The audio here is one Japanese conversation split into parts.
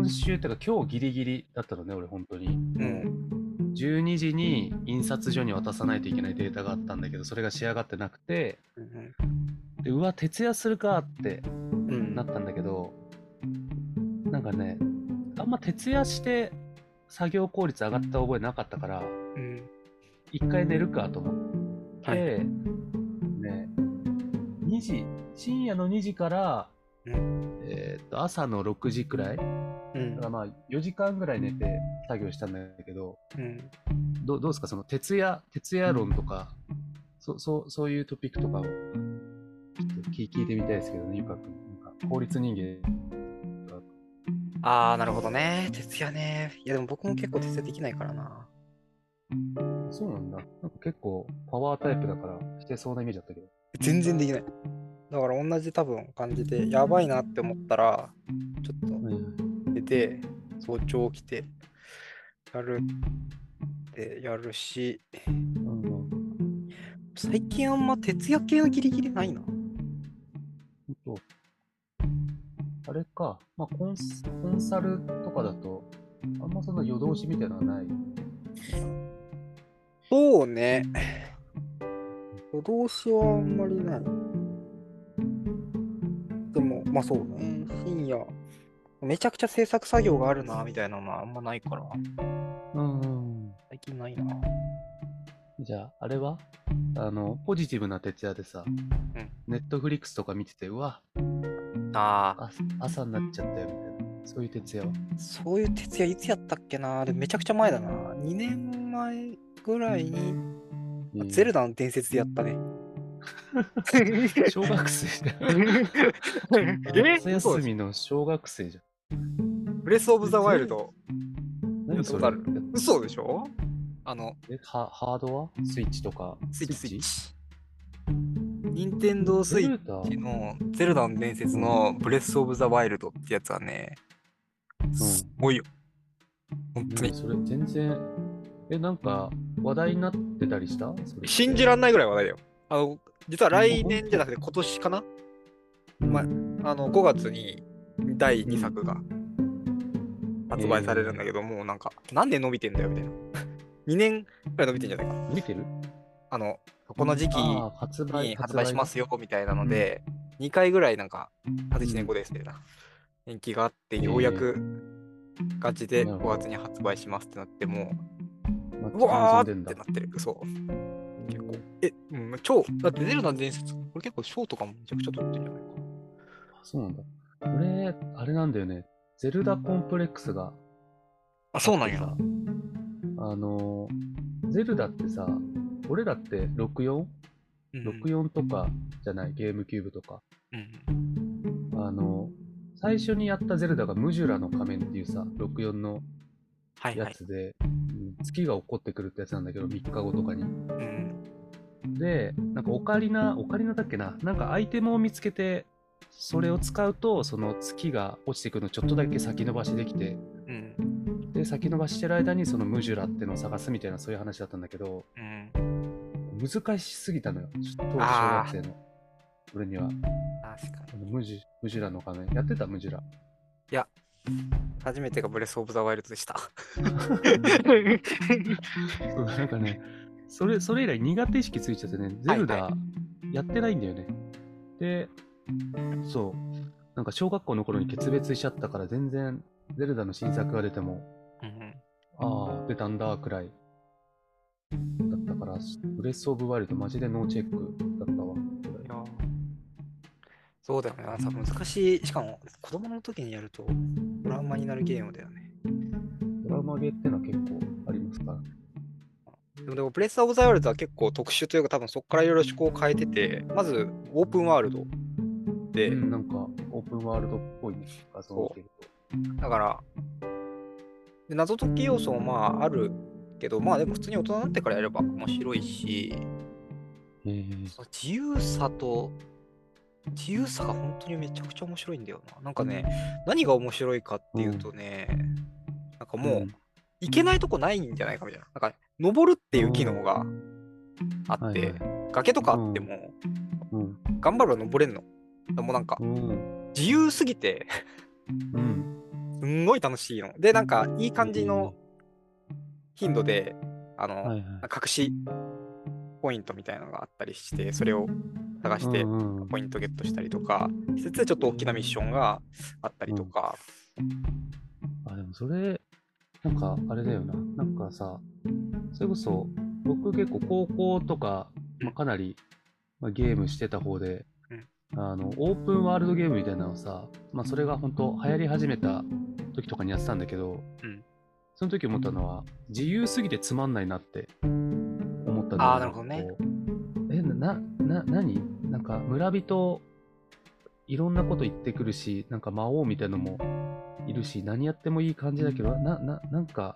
週ってか今日ギリギリだったのね、俺本当に。 う。 12時に印刷所に渡さないといけないデータがあったんだけど、それが仕上がってなくて、で、うわ、徹夜するかってなったんだけど、なんかね、あんま徹夜して作業効率上がった覚えなかったから、一回寝るかと思って、ね、深夜の2時から、朝の6時くらい、だからまあ4時間ぐらい寝て作業したんだけど、どうですか、その徹夜論とか、そういうトピックとかをちょっと聞いてみたいですけどね、ゆかくん。なんか効率人間。 ああ、なるほどね。徹夜ね。いや、でも僕も結構徹夜できないからな。 そうなんだ。なんか結構パワータイプだからしてそうなイメージだったけど。 全然できない。だから同じ多分感じで、やばいなって思ったら、ちょっと寝て、早朝起きて、やるし、最近あんま徹夜系のギリギリないな。 あれか、まあコンサルとかだと、あんまその夜通しみたいなのはない。 そうね。夜通しはあんまりない。でも、まあそうね。深夜、めちゃくちゃ制作作業があるな、みたいなのはあんまないから。最近ないな。 じゃあ、あれはポジティブな徹夜でさ、ネットフリックスとか見てて、うわ、朝になっちゃったよ、みたいな。そういう徹夜は？ そういう徹夜いつやったっけな。でめちゃくちゃ前だな。2年前ぐらいに、ゼルダの伝説でやったね。 小学生じゃん。夏休みの小学生じゃん。 ブレスオブザワイルド。 何それ？ 嘘でしょ？ ハードはスイッチとか。 スイッチ。任天堂スイッチのゼルダの伝説のブレスオブザワイルドってやつはね、すごいよ。本当に。 それ全然、なんか話題になってたりした？ 信じらんないぐらい話題だよ。実は来年じゃなくて今年かな？5月に第2作が発売されるんだけど、もうなんか、何年伸びてんだよみたいな。2年くらい伸びてんじゃないかな。 伸びてる？ この時期に発売しますよみたいなので、2回ぐらいなんか、あと1年後ですみたいな延期があって、ようやくガチで5月に発売しますってなっても、うわーってなってる。そう。結構。だってゼルダの伝説、これ結構賞とかもめちゃくちゃ取ってるんじゃないかな。 そうなんだ。俺、あれなんだよね。ゼルダコンプレックスが。 そうなんや。 ゼルダってさ、俺らって 64?64 とかじゃない、ゲームキューブとか。最初にやったゼルダがムジュラの仮面っていうさ、64のやつで、月が起こってくるってやつなんだけど、3日後とかに。で、なんかオカリナだっけな、なんかアイテムを見つけて、それを使うと、その月が落ちてくるのちょっとだけ先延ばしできて、で、先延ばししてる間にそのムジュラってのを探すみたいな、そういう話だったんだけど、難しすぎたのよ、当時小学生の俺には。 確かに。 ムジュラの仮面。やってた？ムジュラ。 いや、初めてがブレスオブザワイルドでした。 そう、なんかね、それ以来苦手意識ついちゃってね、ゼルダやってないんだよね。で、そう、なんか小学校の頃に決別しちゃったから全然ゼルダの新作が出ても、ああ、出たんだくらいだったから、ブレスオブワイルドマジでノーチェックだったわ。 そうだよね。難しい。しかも子供の時にやるとトラウマになるゲームだよね。 トラウマゲーってのは結構ありますから。 でもブレスオブザワイルドは結構特殊というか、多分そこからいろいろ趣向を変えてて、まずオープンワールドで、 なんかオープンワールドっぽい画像を見てると。だから謎解き要素もまああるけど、まあでも普通に大人になってからやれば面白いし、自由さが本当にめちゃくちゃ面白いんだよな。なんかね、何が面白いかっていうとね、なんかもう、行けないとこないんじゃないかみたいな。なんか、登るっていう機能があって、崖とかあっても、頑張れば登れんの。でもなんか、自由すぎて、 すんごい楽しいの。で、なんかいい感じの頻度で、隠しポイントみたいなのがあったりして、それを探してポイントゲットしたりとか、季節でちょっと大きなミッションがあったりとか。 でもそれ、なんかあれだよな。なんかさ、それこそ、僕結構高校とか、かなり、ゲームしてた方で、オープンワールドゲームみたいなのをさ、それが本当流行り始めた時とかにやってたんだけど、その時思ったのは、自由すぎてつまんないなって思ったんだよね。 なるほどね。 何なんか村人、いろんなこと言ってくるし、なんか魔王みたいなのもいるし、何やってもいい感じだけど、なんか、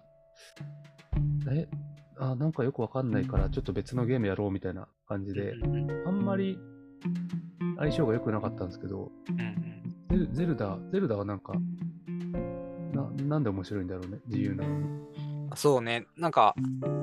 なんかよくわかんないから、ちょっと別のゲームやろうみたいな感じで、あんまり相性が良くなかったんですけど、ゼルダはなんか、なんで面白いんだろうね、自由なのに。 そうね、なんか、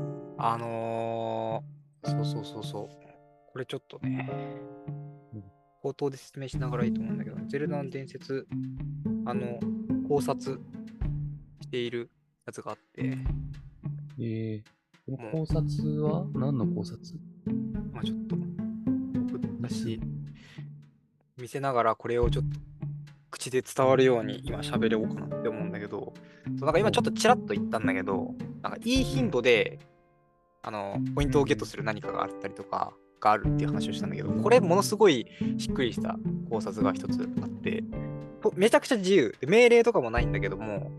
そう。これちょっとね、口頭で説明しながらいいと思うんだけど、ゼルダの伝説、考察しているやつがあって、 この考察は何の考察？ ちょっと、私、見せながらこれをちょっと口で伝わるように今喋ろうかなって思うんだけど、なんか今ちょっとちらっと言ったんだけど、なんかいい頻度で、ポイントをゲットする何かがあったりとかがあるっていう話をしたんだけど、これものすごいしっくりした考察が一つあって、めちゃくちゃ自由で命令とかもないんだけども、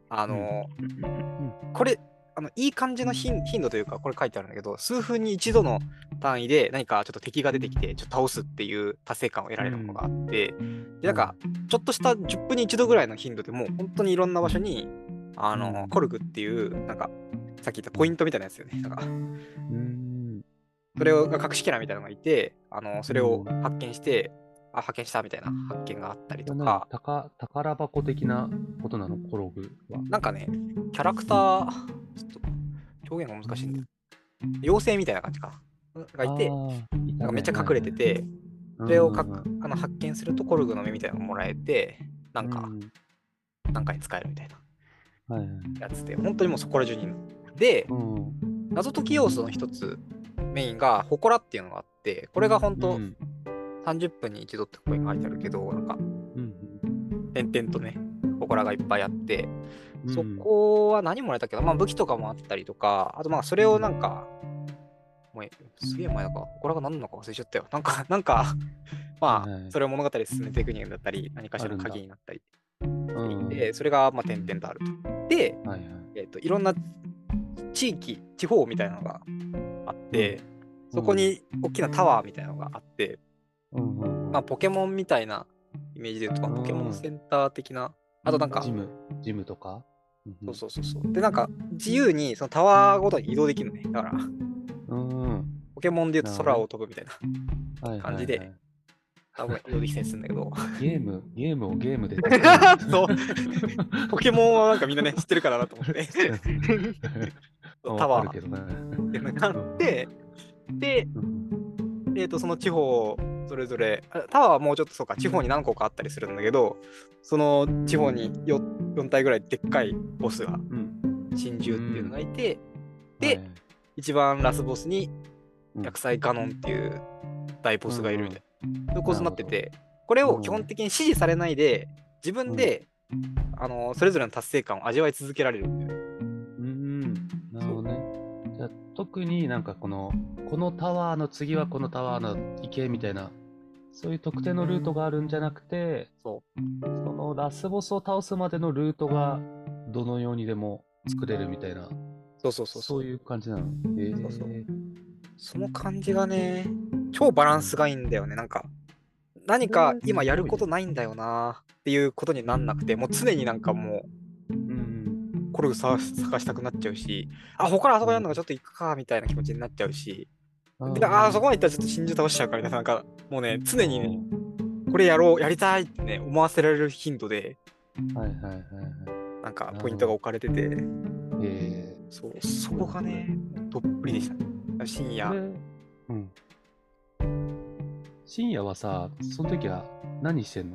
これいい感じの頻度というか、これ書いてあるんだけど、数分に一度の単位で何かちょっと敵が出てきて、ちょっと倒すっていう達成感を得られるものがあって、で、なんか、ちょっとした10分に一度ぐらいの頻度でも、本当にいろんな場所に、コルグっていう、なんか、さっき言ったポイントみたいなやつよね。なんか、それが隠しキャラみたいなのがいて、それを発見して、発見したみたいな発見があったりとか。 宝箱的なことなの、コログは。 なんかね、キャラクター、ちょっと表現が難しいんだよ。妖精みたいな感じかな。がいて、なんかめっちゃ隠れてて、それを発見するとコルグの目みたいなのがもらえて、なんかに使えるみたいなやつで、本当にもうそこら中にいる。で、謎解き要素の一つ、メインが、祠っていうのがあって、これが本当、30分に一度ってここに書いてあるけど、なんか、点々とね、祠がいっぱいあって、そこは何もらえたっけど、武器とかもあったりとか、あとそれをなんか、もうすげえ前だから、祠が何なのか忘れちゃったよ。なんかそれを物語で進めていくにだったり、何かしらの鍵になったりしていて、それが点々とあると。で、いろんな地方みたいなのがあって、そこに大きなタワーみたいなのがあって、ポケモンみたいなイメージで言うと、ポケモンセンター的な、あとなんか、 ジムとかそう。で、なんか、自由にそのタワーごとに移動できるのね。だから、ポケモンで言うと空を飛ぶみたいな感じで、多分移動できたりするんだけど。 ゲームをゲームで。 そう。ポケモンはなんかみんなね、知ってるからなと思って。タワーっていうのがあって、で、その地方、それぞれ、タワーはもうちょっとそうか、地方に何個かあったりするんだけど、その地方に 4体ぐらいでっかいボスが、神獣っていうのがいて、で、一番ラスボスに、薬剤ガノンっていう大ボスがいるみたいな、そういう構図になってて、これを基本的に指示されないで、自分で、それぞれの達成感を味わい続けられるんだよね。 なるほどね。じゃあ特になんかこのタワーの次はこのタワーの行けみたいな、そういう特定のルートがあるんじゃなくて、そのラスボスを倒すまでのルートがどのようにでも作れるみたいな、そういう感じなの。 その感じがね、超バランスがいいんだよね。なんか、何か今やることないんだよなっていうことになんなくて、もう常になんかもう、コルグ探したくなっちゃうし、他のあそこやるのがちょっと行くかみたいな気持ちになっちゃうし、で、そこまで行ったらちょっと真珠倒しちゃうからみたいな、なんかもうね、常にね、これやりたいってね、思わせられる頻度で、なんかポイントが置かれてて、そこがね、どっぷりでしたね。深夜。 深夜はさ、その時は何してんの？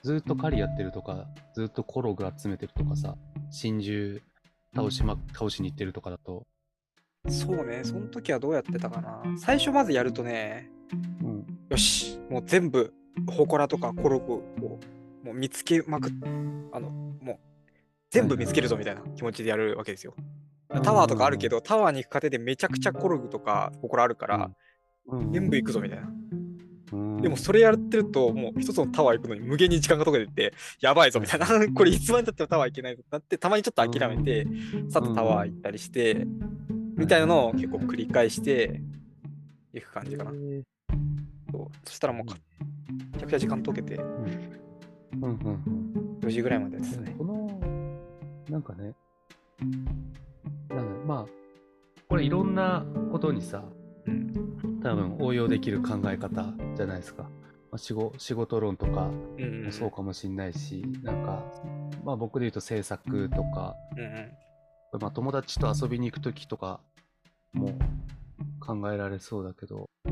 ずっと狩りやってるとか、ずっとコログ集めてるとかさ、真珠倒しに行ってるとかだと。 そうね、その時はどうやってたかな。最初まずやるとね、よし、もう全部、祠とかコログをもう見つけまくっ、もう全部見つけるぞみたいな気持ちでやるわけですよ。タワーとかあるけど、タワーに行く過程でめちゃくちゃコログとか祠あるから、全部行くぞみたいな。でもそれやってると、もう一つのタワー行くのに無限に時間が解けてて、やばいぞみたいな。これいつまでたってもタワー行けないぞってなって、たまにちょっと諦めて、さっとタワー行ったりして、みたいなのを結構繰り返していく感じかな。そしたらもうめちゃくちゃ時間解けて、4時ぐらいまでですね。 なんかね、まあ、これいろんなことにさ、多分応用できる考え方じゃないですか。まあ、仕事論とかもそうかもしれないし、なんか、まあ僕で言うと制作とか、まあ友達と遊びに行くときとかも考えられそうだけど、あ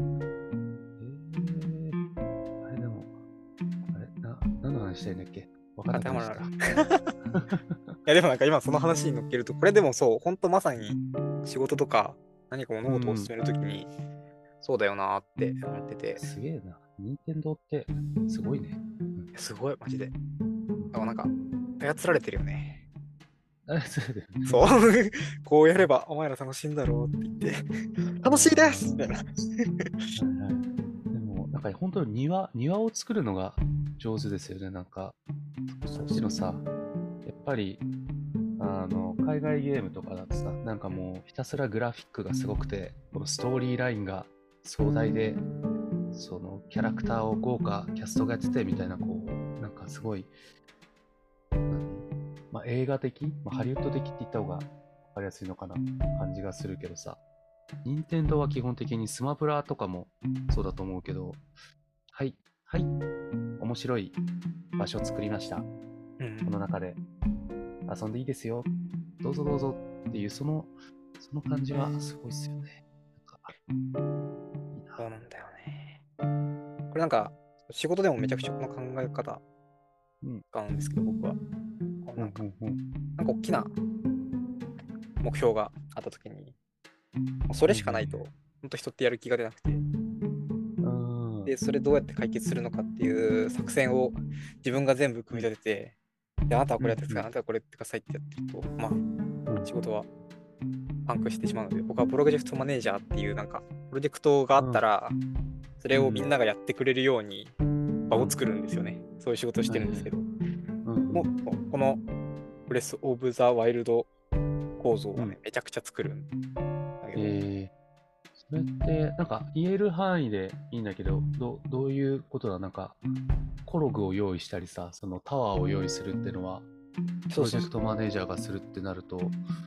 れでも、何の話したいんだっけ？分かんなくなっちゃった。 いやでもなんか今その話に乗っけると、これでもそう、ほんとまさに仕事とか何か物事を進めるときに、そうだよなって思ってて。 すげえな。任天堂ってすごいね。 すごい、マジで。なんか、操られてるよね。そう。こうやればお前ら楽しいんだろうって言って、楽しいですみたいな。でも、なんか本当に庭を作るのが上手ですよね。なんか、そっちのさ、やっぱり、海外ゲームとかだとさ、なんかもうひたすらグラフィックがすごくて、このストーリーラインが壮大で、そのキャラクターを豪華キャストがやっててみたいな、こう、なんかすごい、まあ、映画的、まあ、ハリウッド的って言った方が分かりやすいのかな感じがするけどさ、任天堂は基本的にスマブラとかもそうだと思うけど、はい、面白い場所作りました。この中で遊んでいいですよ。どうぞどうぞっていう、その感じはすごいっすよね。 そうなんだよね。これなんか、仕事でもめちゃくちゃこの考え方使うんですけど、僕は。なんか大きな目標があったときに、それしかないと、本当人ってやる気が出なくて。で、それどうやって解決するのかっていう作戦を自分が全部組み立てて、で、あなたはこれやってください、あなたはこれやってくださいってやってると、まあ、仕事はパンクしてしまうので、僕はプロジェクトマネージャーっていうなんか、プロジェクトがあったら、それをみんながやってくれるように場を作るんですよね。そういう仕事をしてるんですけど。このブレス・オブ・ザ・ワイルド構造をね、めちゃくちゃ作るんだけど。 それってなんか言える範囲でいいんだけど、どういうことだ？なんかコログを用意したりさ、そのタワーを用意するっていうのはプロジェクトマネージャーがするってなると、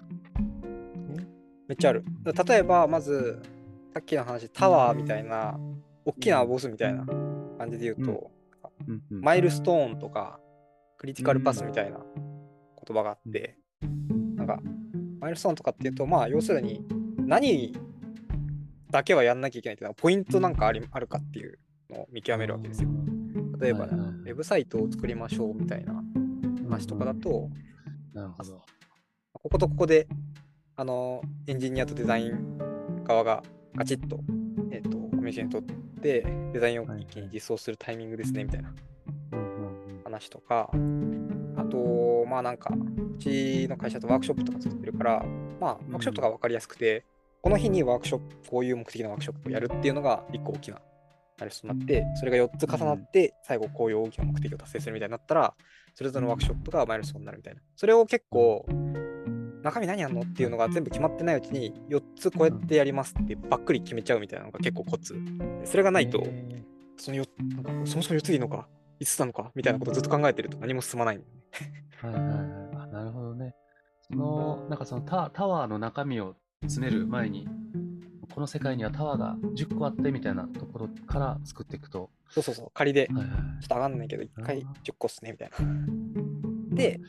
めっちゃある。例えばまずさっきの話、タワーみたいな大きなボスみたいな感じで言うと、マイルストーンとかクリティカルパスみたいな言葉があって、なんかマイルストーンとかっていうと、まあ要するに何だけはやんなきゃいけないっていうのはポイントなんかあるかっていうのを見極めるわけですよ。例えば、ウェブサイトを作りましょうみたいな話とかだと、 なるほど。 こことここでエンジニアとデザイン側がガチッと、コミュニケーション取ってデザインを一気に実装するタイミングですねみたいな話とか、あとまあなんかうちの会社とワークショップとか作ってるから、まあワークショップとか分かりやすくて、この日にワークショップ、こういう目的のワークショップをやるっていうのが一個大きなマイルストーンになって、それが4つ重なって最後こういう大きな目的を達成するみたいになったら、それぞれのワークショップがマイルストーンになるみたいな。それを結構中身何やんのっていうのが全部決まってないうちに4つこうやってやりますってばっくり決めちゃうみたいなのが結構コツ。それがないと、なんかそもそも4つでいいのか、5つなのかみたいなことをずっと考えてると何も進まないんだよね。なるほどね。なんかそのタワーの中身を詰める前に、この世界にはタワーが10個あってみたいなところから作っていくと。 そう、仮で、ちょっと上がんないけど、1回10個っすねみたいな。で、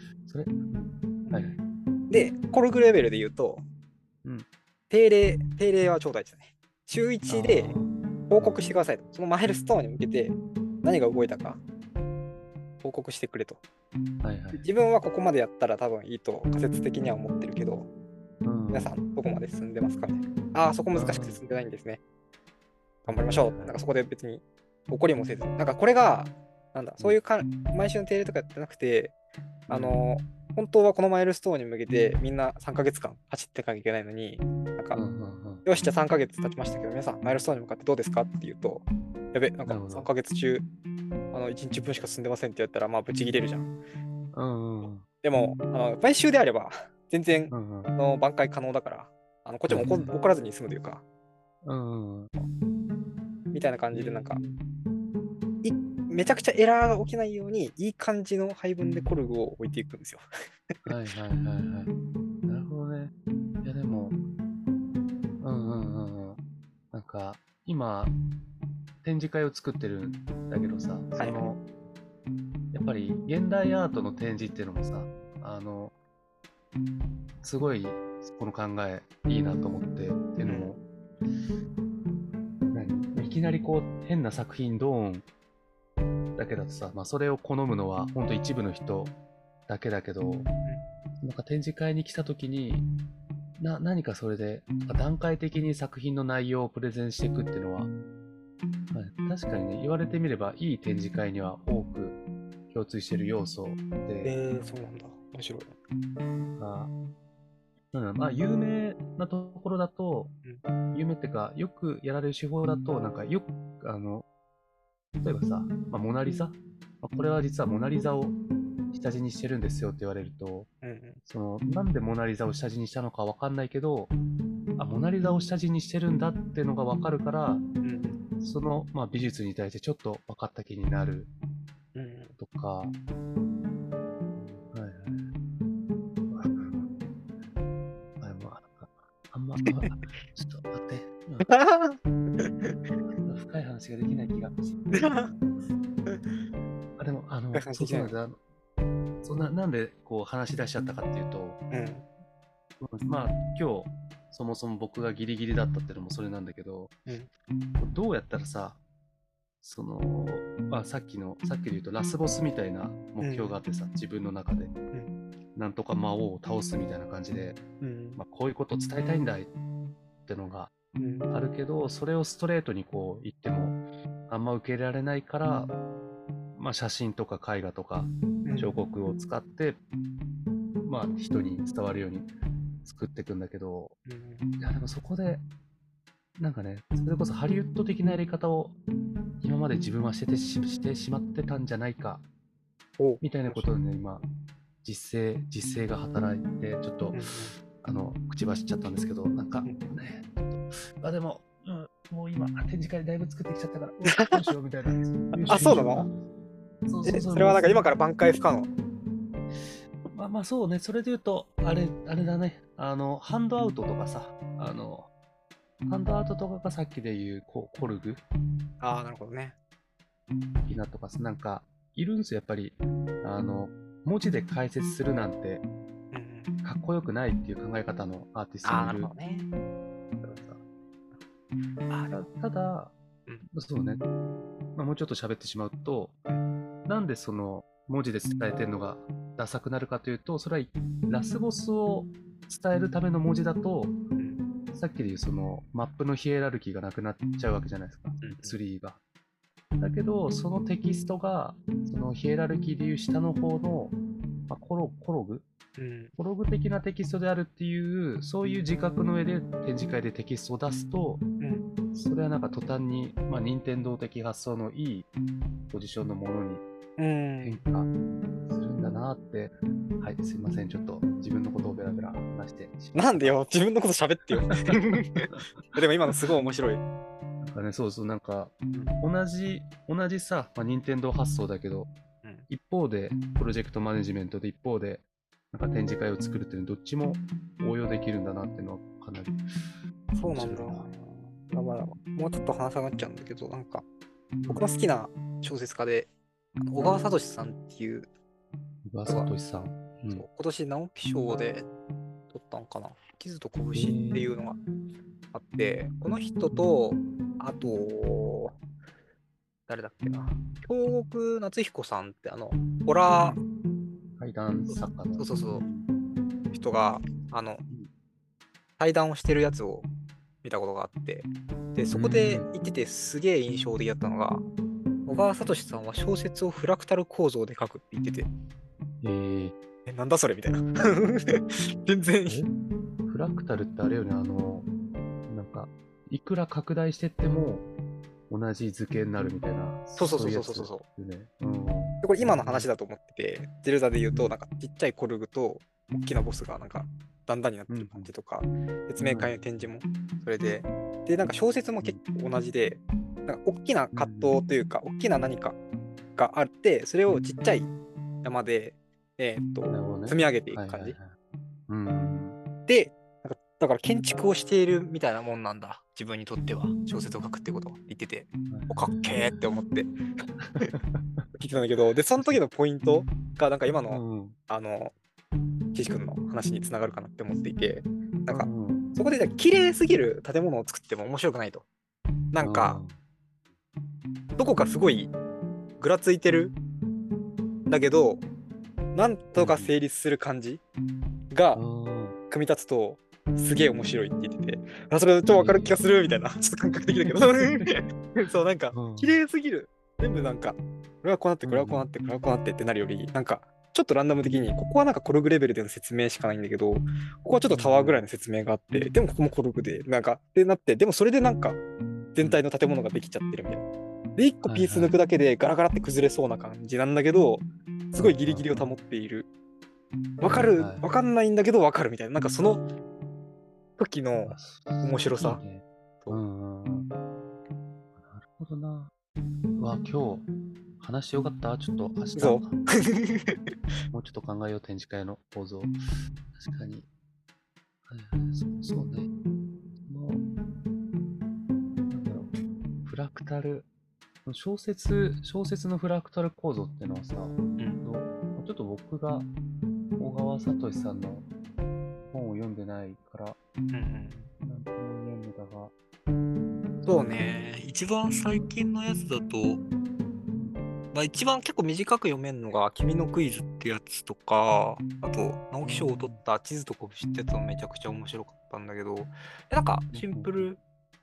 で、コルグレベルで言うと、定例は超大事だね。週1で報告してくださいと。そのマイルストーンに向けて何が動いたか。 報告してくれと。 はいはい。 自分はここまでやったら多分いいと仮説的には思ってるけど、 うん、 皆さんどこまで進んでますかね。ああ、そこ難しくて進んでないんですね。頑張りましょう。なんかそこで別に怒りもせず。なんかこれが、なんだ、そういう毎週の定例とかやってなくて、本当はこのマイルストーンに向けてみんな3ヶ月間走っていかなきゃいけないのに、なんか、よし、じゃあ3ヶ月経ちましたけど、皆さんマイルストーンに向かってどうですかって言うと、やべ、なんか3ヶ月中、1日分しか進んでませんって言ったら、まあ、ブチ切れるじゃん。でも、毎週であれば、全然、挽回可能だから、こっちも怒らずに済むというか、みたいな感じで、なんか、めちゃくちゃエラーが起きないように、いい感じの配分でコルグを置いていくんですよ。 はいはいはいはい。なるほどね。いやでも、なんか、今、展示会を作ってるんだけどさ、 はい、 やっぱり現代アートの展示っていうのもさ、すごいこの考えいいなと思ってっていうのも、いきなりこう変な作品ドーンだけだとさ、まあ、それを好むのはほんと一部の人だけだけど、なんか展示会に来た時に何かそれで段階的に作品の内容をプレゼンしていくっていうのは、確かにね、言われてみればいい展示会には多く共通してる要素で、 そうなんだ。面白い。 まあ、有名なところだと、有名っていうか、よくやられる手法だと、なんかよく、例えばさ、まあ、モナリザ、これは実はモナリザを下地にしてるんですよって言われると、なんでモナリザを下地にしたのかわかんないけど、モナリザを下地にしてるんだってのがわかるから、その、まあ、美術に対してちょっと分かった気になるとか、ちょっと待って。深い話ができない気が。でも、なんでこう話し出しちゃったかっていうと、まあ、今日、そもそも僕がギリギリだったっていうのもそれなんだけど、どうやったらさ、まあ、さっきで言うとラスボスみたいな目標があってさ、自分の中で、なんとか魔王を倒すみたいな感じで、まあ、こういうことを伝えたいんだってのがあるけど、それをストレートにこう言ってもあんま受け入れられないから、まあ、写真とか絵画とか彫刻を使って、まあ、人に伝わるように作っていくんだけど、いやでもそこでなんかね、それこそハリウッド的なやり方を今まで自分はしてしまってたんじゃないかみたいなことでね、今実勢が働いてちょっと、口走っちゃったんですけど、なんかね、ちょっとでも、もう今展示会だいぶ作ってきちゃったからどうしようみたいな。 そうなの？それはなんか今から挽回不可能？ まあそうね、それで言うとあれだね、ハンドアウトとかさ、ハンドアウトとかがさっきで言うコルグ。 なるほどね。 いいなとか、なんかいるんですよ、やっぱり。文字で解説するなんてかっこよくないっていう考え方のアーティストもいる。ただ、そうね、まあ、もうちょっと喋ってしまうと、なんでその文字で伝えてるのがダサくなるかというと、それはラスボスを伝えるための文字だと、さっきで言うそのマップのヒエラルキーがなくなっちゃうわけじゃないですか、ツリーが。だけど、そのテキストが、そのヒエラルキーでいう下の方の、まあ、コログ的なテキストであるっていう、そういう自覚の上で展示会でテキストを出すと、それはなんか途端に、まあ、任天堂的発想のいいポジションのものに変化するんだなって、はい、すいません、ちょっと自分のことをベラベラ話してしまった。 なんでよ、自分のこと喋ってよ。でも今のすごい面白い。 なんかね、そうなんか、同じさ、まあ、任天堂発想だけど、一方でプロジェクトマネジメントで、一方でなんか展示会を作るっていうのどっちも応用できるんだなっていうのはかなり。 そうなんだ。もうちょっと話さなっちゃうんだけど、なんか僕の好きな小説家で小川聡さんっていう。 小川聡さん、 今年直木賞で取ったんかな。傷と拳っていうのがあって、この人とあと誰だっけな、京極夏彦さんってホラー怪談作家のそう人が対談をしてるやつを見たことがあって、でそこで言っててすげえ印象的だったのが、小川聡さんは小説をフラクタル構造で書くって言ってて、なんだそれみたいな全然フラクタルってあれよね、なんかいくら拡大してっても同じ図形になるみたいな。 そう、これ今の話だと思ってて、ゼルダで言うとなんかちっちゃいコルグと大きなボスがなんかだんだんになってる感じとか、説明会の展示もそれで、なんか小説も結構同じで、なんか大きな葛藤というか大きな何かがあって、それをちっちゃい山で積み上げていく感じ。で、だから建築をしているみたいなもんなんだ、自分にとっては小説を書くってことを言ってて、かっけーって思って聞いてたんだけど、でその時のポイントがなんか今の岸君の話につながるかなって思っていて、なんかそこで綺麗すぎる建物を作っても面白くないと。なんかどこかすごいぐらついてるんだけど、なんとか成立する感じが組み立つとすげえ面白いって言ってて、それ超分かる気がするみたいな、ちょっと感覚的だけどそう、なんか綺麗すぎる、全部なんかこれはこうなってこれはこうなってこれはこうなってってなるより、なんかちょっとランダム的にここはなんかコルグレベルでの説明しかないんだけど、ここはちょっとタワーぐらいの説明があって、でもここもコルグでなんかってなって、でもそれでなんか全体の建物ができちゃってるみたいな。で1個ピース抜くだけでガラガラって崩れそうな感じなんだけど、すごいギリギリを保っている。わかる、わかんないんだけどわかるみたいな、なんかその時の面白さ。 なるほどな。今日話してよかった。ちょっと明日もうちょっと考えよう、展示会の構造。確かに。そうね。なんだろう。フラクタル。小説のフラクタル構造っていうのはさ、ちょっと僕が小川聡さんの本を読んでないから、なんとも言えんのだが。 そうね、一番最近のやつだと、一番結構短く読めるのが君のクイズってやつとか、あと直木賞を取った地図と拳ってやつもめちゃくちゃ面白かったんだけど、なんかシンプル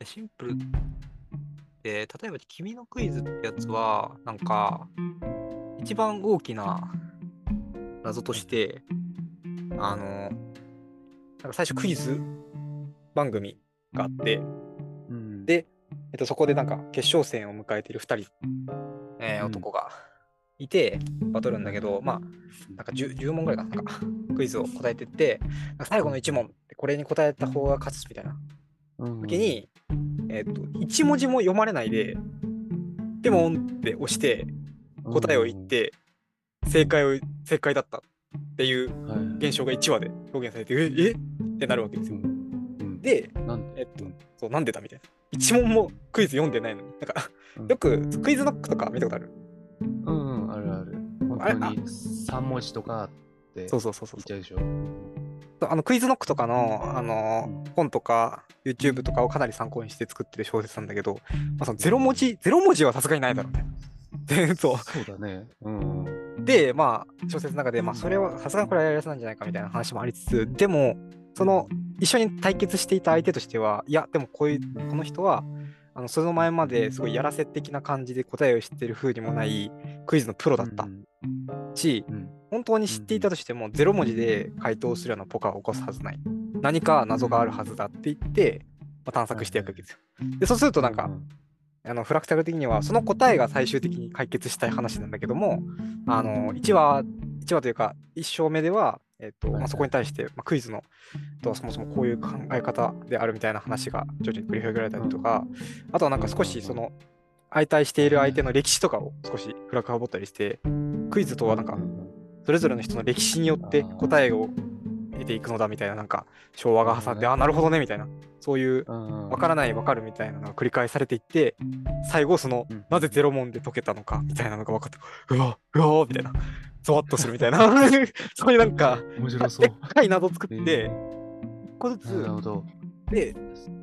で、例えば君のクイズってやつはなんか一番大きな謎としてなんか最初クイズ番組があって、で、そこでなんか決勝戦を迎えている2人、男がいてバトるんだけど、なんか 10問ぐらいかな、なんかクイズを答えてって、最後の1問これに答えた方が勝つみたいな時に、1文字も読まれないででもって押して答えを言って正解だったっていう現象が1話で表現されて、えってなるわけですよ。で、そうなんでだみたいな。1問もクイズ読んでないのに、なんかよくクイズノックとか見たことある？ あるある。本当に3文字とかって言っちゃうでしょ。 クイズノックとかの本とか YouTube とかをかなり参考にして作ってる小説なんだけど、その0文字はさすがにないだろうね。 そうだね。 で、小説の中で、それはさすがにこれはやりやすなんじゃないかみたいな話もありつつ、でもその一緒に対決していた相手としては、いやでもこの人はその前まですごいやらせ的な感じで答えを知ってる風にもないクイズのプロだったし、本当に知っていたとしても0文字で回答するようなポカを起こすはずない、何か謎があるはずだって言って探索していくわけですよ。でそうするとなんかフラクタル的にはその答えが最終的に解決したい話なんだけども、1話というか1章目では、そこに対して、クイズのそもそもこういう考え方であるみたいな話が徐々に繰り広げられたりとか、あとはなんか少しその相対している相手の歴史とかを少し深く掘ったりして、クイズとはなんかそれぞれの人の歴史によって答えを得ていくのだみたいな、なんか昭和が挟んで、なるほどねみたいな、そういう分からない分かるみたいなのが繰り返されていって、最後そのなぜ0問で解けたのかみたいなのが分かって、うわみたいな、ゾワッとするみたいなそういうなんか面白そう、 でっかい謎作って1個ずつで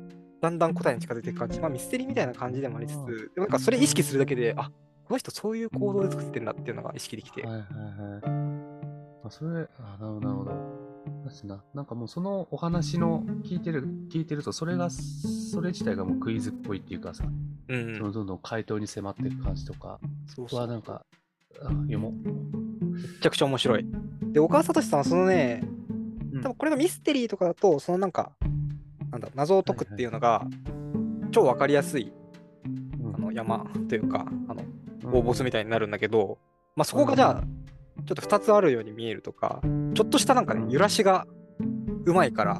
だんだん答えに近づいていく感じ、まあミステリーみたいな感じでもありつつ、でもなんかそれ意識するだけで、あ、この人そういう行動で作ってんだっていうのが意識できて。 はいはいはい。それ、なるほどなるほど。確かなんかもうそのお話の聞いてると、それ自体がもうクイズっぽいっていうかさ、そのどんどん回答に迫っていく感じとか、はなんか、読もう。 めちゃくちゃ面白い。で、岡田聡さんはそのね、多分これがミステリーとかだと、そのなんか、なんだ、謎を解くっていうのが、超わかりやすい、山というか、大ボスみたいになるんだけど、まあそこがじゃあ、ちょっと2つあるように見えるとか、ちょっとしたなんかね、揺らしがうまいから、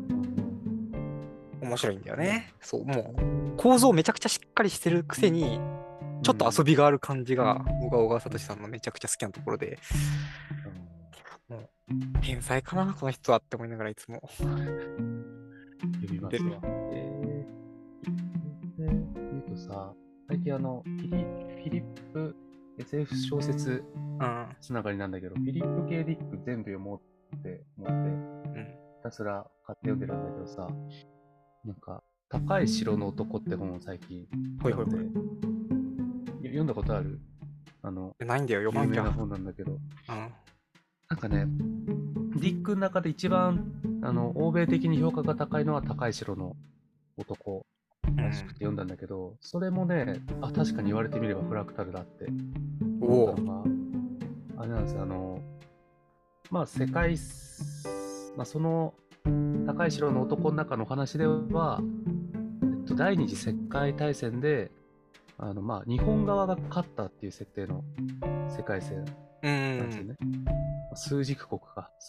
面白いんだよね。そう、もう、構造めちゃくちゃしっかりしてるくせに、ちょっと遊びがある感じが、僕は小川聡さんのめちゃくちゃ好きなところで、もう、天才かな、この人はって思いながらいつも。 読みますわ。言うとさ、最近フィリップ SF 小説つながりなんだけど、フィリップ・K・ディック全部読もうって思って、ひたすら買って読んでるんだけどさ、なんか、高い城の男って本を最近読んで、読んだことある？ ないんだよ、読まんきゃ。 有名な本なんだけど、なんかね、ディックの中で一番欧米的に評価が高いのは高い城の男らしくて読んだんだけど、それもね、確かに言われてみればフラクタルだって思ったのが、あれなんですよ、まあ世界、まあその高い城の男の中の話では、第二次世界大戦でまあ日本側が勝ったっていう設定の世界線なんですよね。数軸国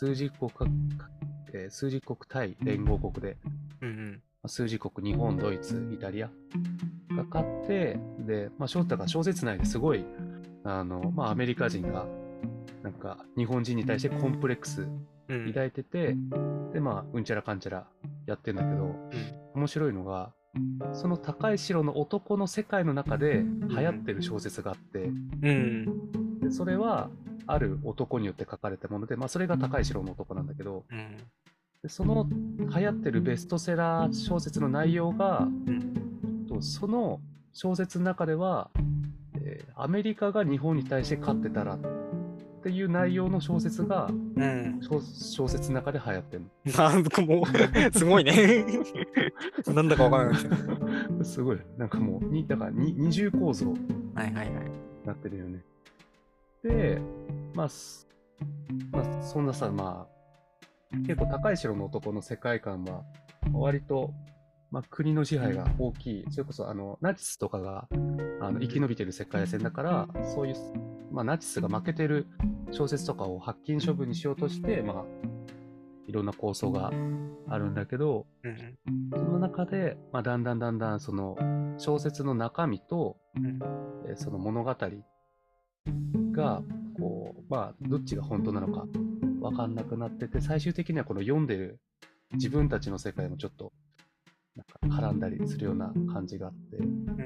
対連合国で、数軸国、日本、ドイツ、イタリアが勝って、で、まあ、小説内ですごい、まあ、アメリカ人が、なんか、日本人に対してコンプレックス抱いてて、で、まあ、うんちゃらかんちゃらやってんだけど、面白いのが、その高い城の男の世界の中で流行ってる小説があって、でそれは、ある男によって書かれたもので、まあ、それが高い城の男なんだけど、でその流行ってるベストセラー小説の内容が、その小説の中では、アメリカが日本に対して勝ってたらっていう内容の小説が、小説の中で流行ってるの。 なんかもう、すごいね。なんだかわからないすごい。なんかもう、だから二重構造になってるよね。で、まあ、そんなさ、まあ、結構高い城の男の世界観は、割と、まあ、国の支配が大きい、それこそナチスとかが生き延びてる世界線だから、そういう、まあ、ナチスが負けてる小説とかを発禁処分にしようとして、まあ、いろんな構想があるんだけど、その中で、まあ、だんだんその小説の中身と、その物語がこう、まあ、どっちが本当なのか分かんなくなってて、最終的にはこの読んでる自分たちの世界もちょっとなんか絡んだりするような感じがあって、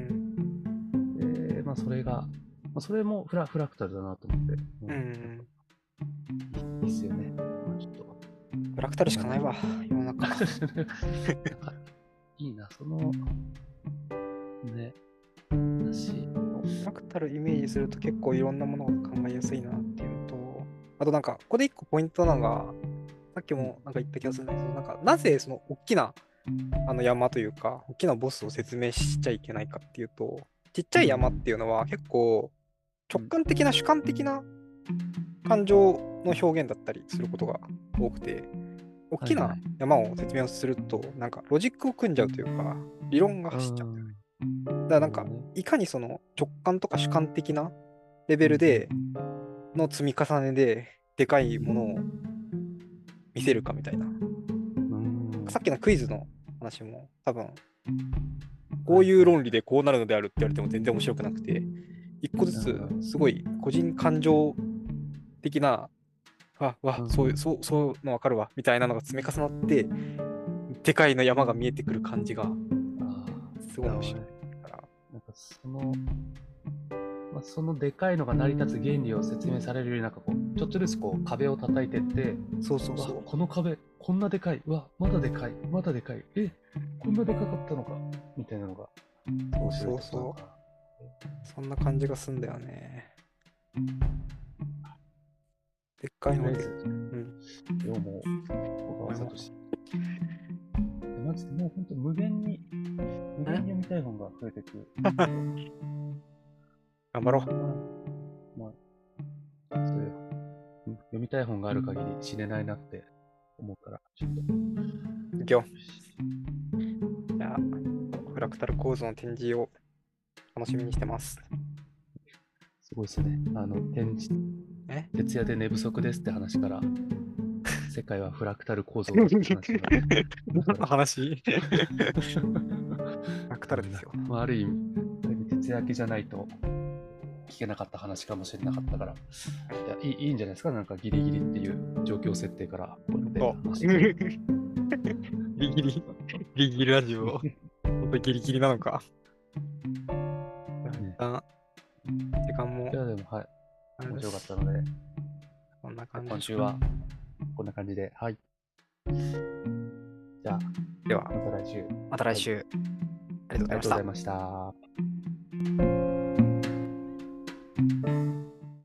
でまあ、それが、まあ、それもフラクタルだなと思って、いいっすよね。まあ、ちょっとフラクタルしかないわ、世の中。 いいな、そのね、 フラクタルイメージすると結構いろんなものが考えやすいなっていうのと、あとなんかここで一個ポイントなのが、さっきもなんか言った気がするんだけど、なんかなぜその大きな山というか大きなボスを説明しちゃいけないかっていうと、ちっちゃい山っていうのは結構直感的な主観的な感情の表現だったりすることが多くて、大きな山を説明をするとなんかロジックを組んじゃうというか理論が走っちゃう。だからなんかいかにその直感とか主観的なレベルでの積み重ねででかいものを見せるかみたいな。さっきのクイズの話も多分こういう論理でこうなるのであるって言われても全然面白くなくて、一個ずつすごい個人感情的なそういうの分かるわみたいなのが積み重なってでかいの山が見えてくる感じがすごい面白いから、 なんかそのでかいのが成り立つ原理を説明されるより、なんかこうちょっとずつこう壁を叩いてって、この壁こんなでかい、うわ、まだでかい、まだでかい、こんなでかかったのか、みたいなのが。 そうそう。そんな感じがすんだよね。でっかいので。 どうも、小川聡。マジでもう本当無限に読みたい本が増えてくる。 頑張ろう。 そういう読みたい本がある限り死ねないなって思うから、ちょっと。 いくよ。じゃあ、フラクタル構造の展示を楽しみにしてます。 すごいですね。徹夜で寝不足ですって話から、世界はフラクタル構造の話フラクタルですよ。 ある意味、徹夜明けじゃないと聞けなかった話かもしれなかったから、いいんじゃないですか、なんかギリギリっていう状況設定からこうやって話して。 ギリギリラジオ。本当ギリギリなのか。時間も。 いや、でも、はい。面白かったので、 こんな感じ。 今週はこんな感じで、はい。じゃあ、 では、 また来週。 また来週。ありがとうございました。 ありがとうございました。